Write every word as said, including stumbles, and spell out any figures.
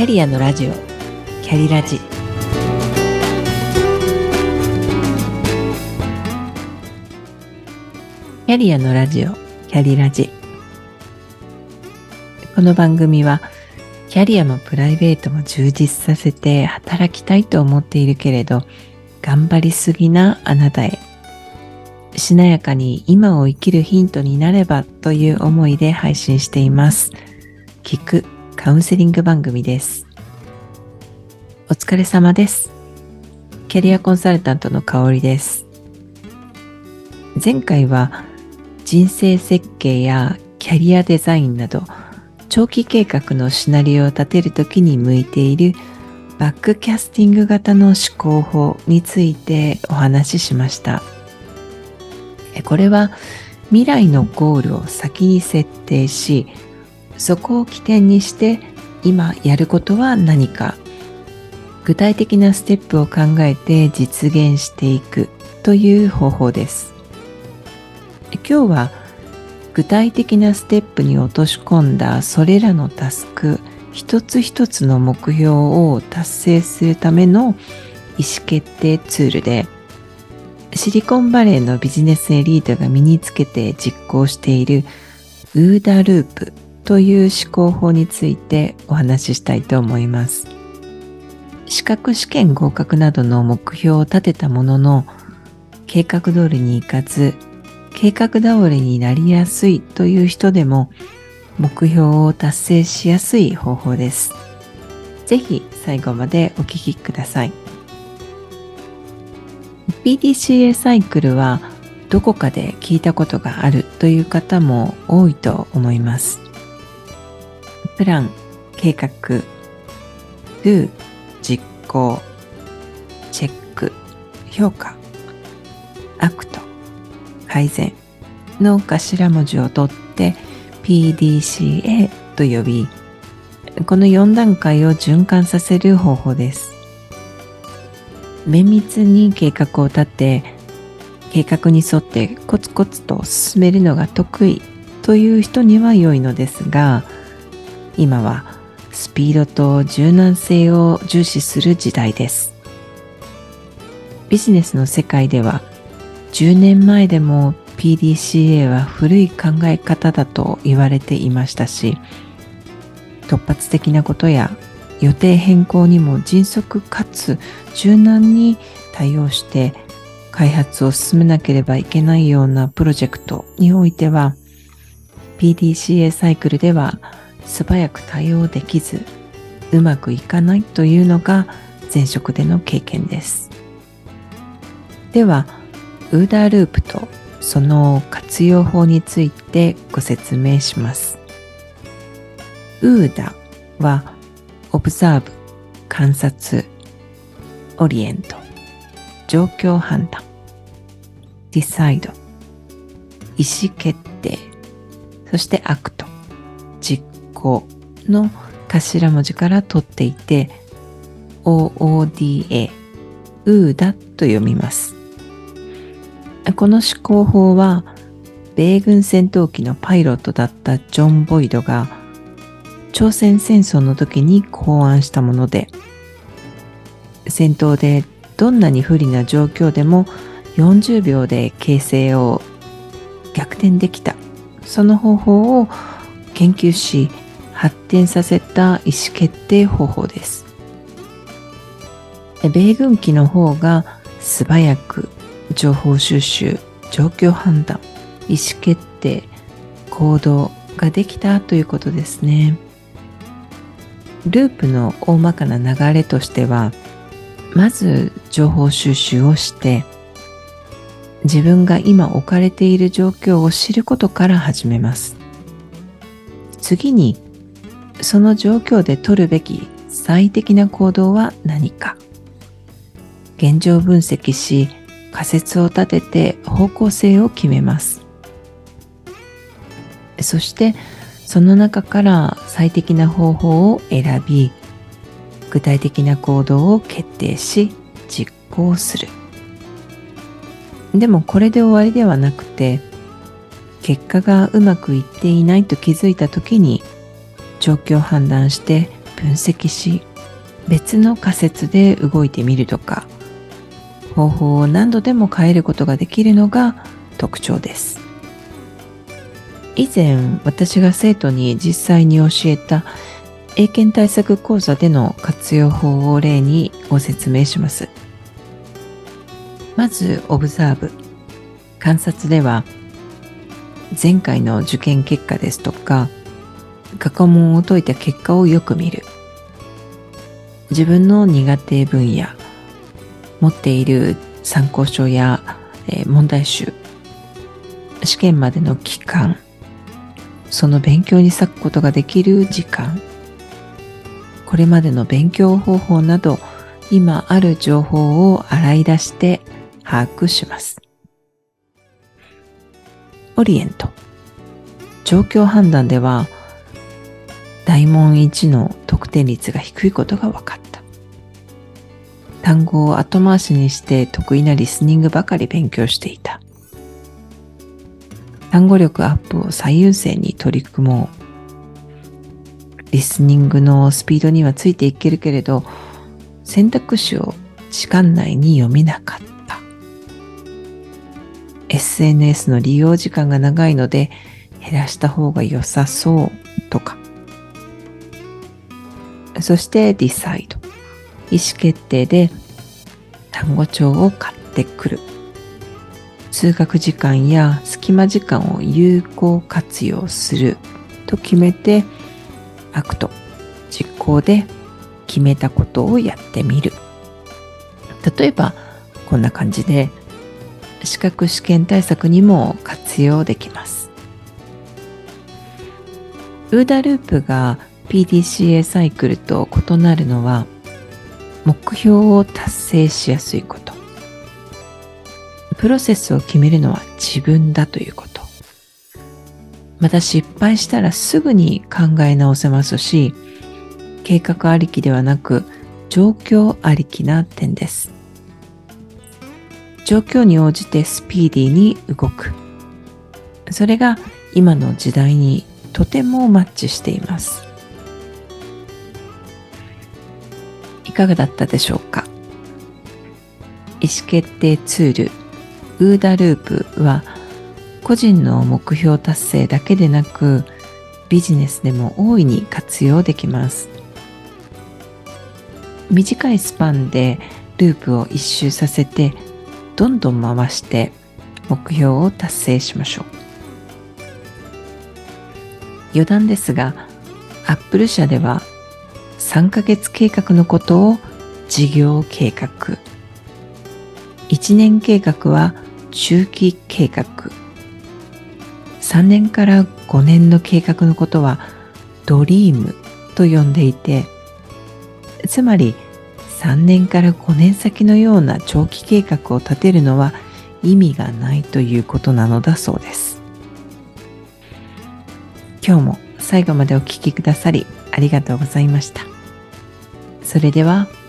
キャリアのラジオ、キャリラジ。キャリアのラジオ、キャリラジ。この番組はキャリアもプライベートも充実させて働きたいと思っているけれど頑張りすぎなあなたへ、しなやかに今を生きるヒントになればという思いで配信しています。聞くカウンセリング番組です。お疲れ様です。キャリアコンサルタントの香織です。前回は人生設計やキャリアデザインなど長期計画のシナリオを立てるときに向いているバックキャスティング型の思考法についてお話ししました。これは未来のゴールを先に設定し、そこを起点にして今やることは何か、具体的なステップを考えて実現していくという方法です。今日は具体的なステップに落とし込んだそれらのタスク一つ一つの目標を達成するための意思決定ツールで、シリコンバレーのビジネスエリートが身につけて実行しているウーダループという思考法についてお話ししたいと思います。資格試験合格などの目標を立てたものの計画通りにいかず計画倒れになりやすいという人でも目標を達成しやすい方法です。ぜひ最後までお聞きください。ピーディーシーエー サイクルはどこかで聞いたことがあるという方も多いと思います。プラン、計画、Do、実行、チェック、評価、アクト、改善の頭文字を取って ピーディーシーエー と呼び、このよん段階を循環させる方法です。綿密に計画を立て、計画に沿ってコツコツと進めるのが得意という人には良いのですが、今はスピードと柔軟性を重視する時代です。ビジネスの世界ではじゅうねんまえでも ピーディーシーエー は古い考え方だと言われていましたし、突発的なことや予定変更にも迅速かつ柔軟に対応して開発を進めなければいけないようなプロジェクトにおいては ピーディーシーエー サイクルでは素早く対応できずうまくいかないというのが前職での経験です。ではウーダーループとその活用法についてご説明します。ウーダはオブザーブ、観察、オリエント、状況判断、ディサイド、意思決定、そしてアクト、実行の頭文字から取っていて オーオーディーエー、ウーダと読みます。この思考法は米軍戦闘機のパイロットだったジョン・ボイドが朝鮮戦争の時に考案したもので、戦闘でどんなに不利な状況でもよんじゅうびょうで形勢を逆転できた、その方法を研究し発展させた意思決定方法です。米軍機の方が素早く情報収集、状況判断、意思決定、行動ができたということですね。ループの大まかな流れとしては、まず情報収集をして自分が今置かれている状況を知ることから始めます。次にその状況で取るべき最適な行動は何か、現状分析し仮説を立てて方向性を決めます。そしてその中から最適な方法を選び、具体的な行動を決定し実行する。でもこれで終わりではなくて、結果がうまくいっていないと気づいたときに状況を判断して分析し、別の仮説で動いてみるとか、方法を何度でも変えることができるのが特徴です。以前、私が生徒に実際に教えた英検対策講座での活用法を例にご説明します。まず、オブザーブ。観察では、前回の受験結果ですとか、過去問を解いた結果をよく見る。自分の苦手分野、持っている参考書や問題集、試験までの期間、その勉強に割くことができる時間、これまでの勉強方法など、今ある情報を洗い出して把握します。オリエント。状況判断では、大問いちの得点率が低いことが分かった。単語を後回しにして得意なリスニングばかり勉強していた。単語力アップを最優先に取り組もう。リスニングのスピードにはついていけるけれど、選択肢を時間内に読めなかった。エスエヌエス の利用時間が長いので減らした方が良さそうとか。そしてディサイド。意思決定で単語帳を買ってくる。通学時間や隙間時間を有効活用すると決めて、アクト、実行で決めたことをやってみる。例えばこんな感じで資格試験対策にも活用できます。ウーダループが ピーディーシーエー サイクルと異なるのは、目標を達成しやすいこと。プロセスを決めるのは自分だということ。また失敗したらすぐに考え直せますし、計画ありきではなく状況ありきな点です。状況に応じてスピーディーに動く。それが今の時代にとてもマッチしています。いかがだったでしょうか。意思決定ツールウーダループは個人の目標達成だけでなくビジネスでも大いに活用できます。短いスパンでループを一周させてどんどん回して目標を達成しましょう。余談ですが、アップル社ではさんかげつ計画のことを事業計画、いちねん計画は中期計画、さんねんからごねんの計画のことはドリームと呼んでいて、つまりさんねんからごねん先のような長期計画を立てるのは意味がないということなのだそうです。今日も最後までお聞きくださりありがとうございました。それでは。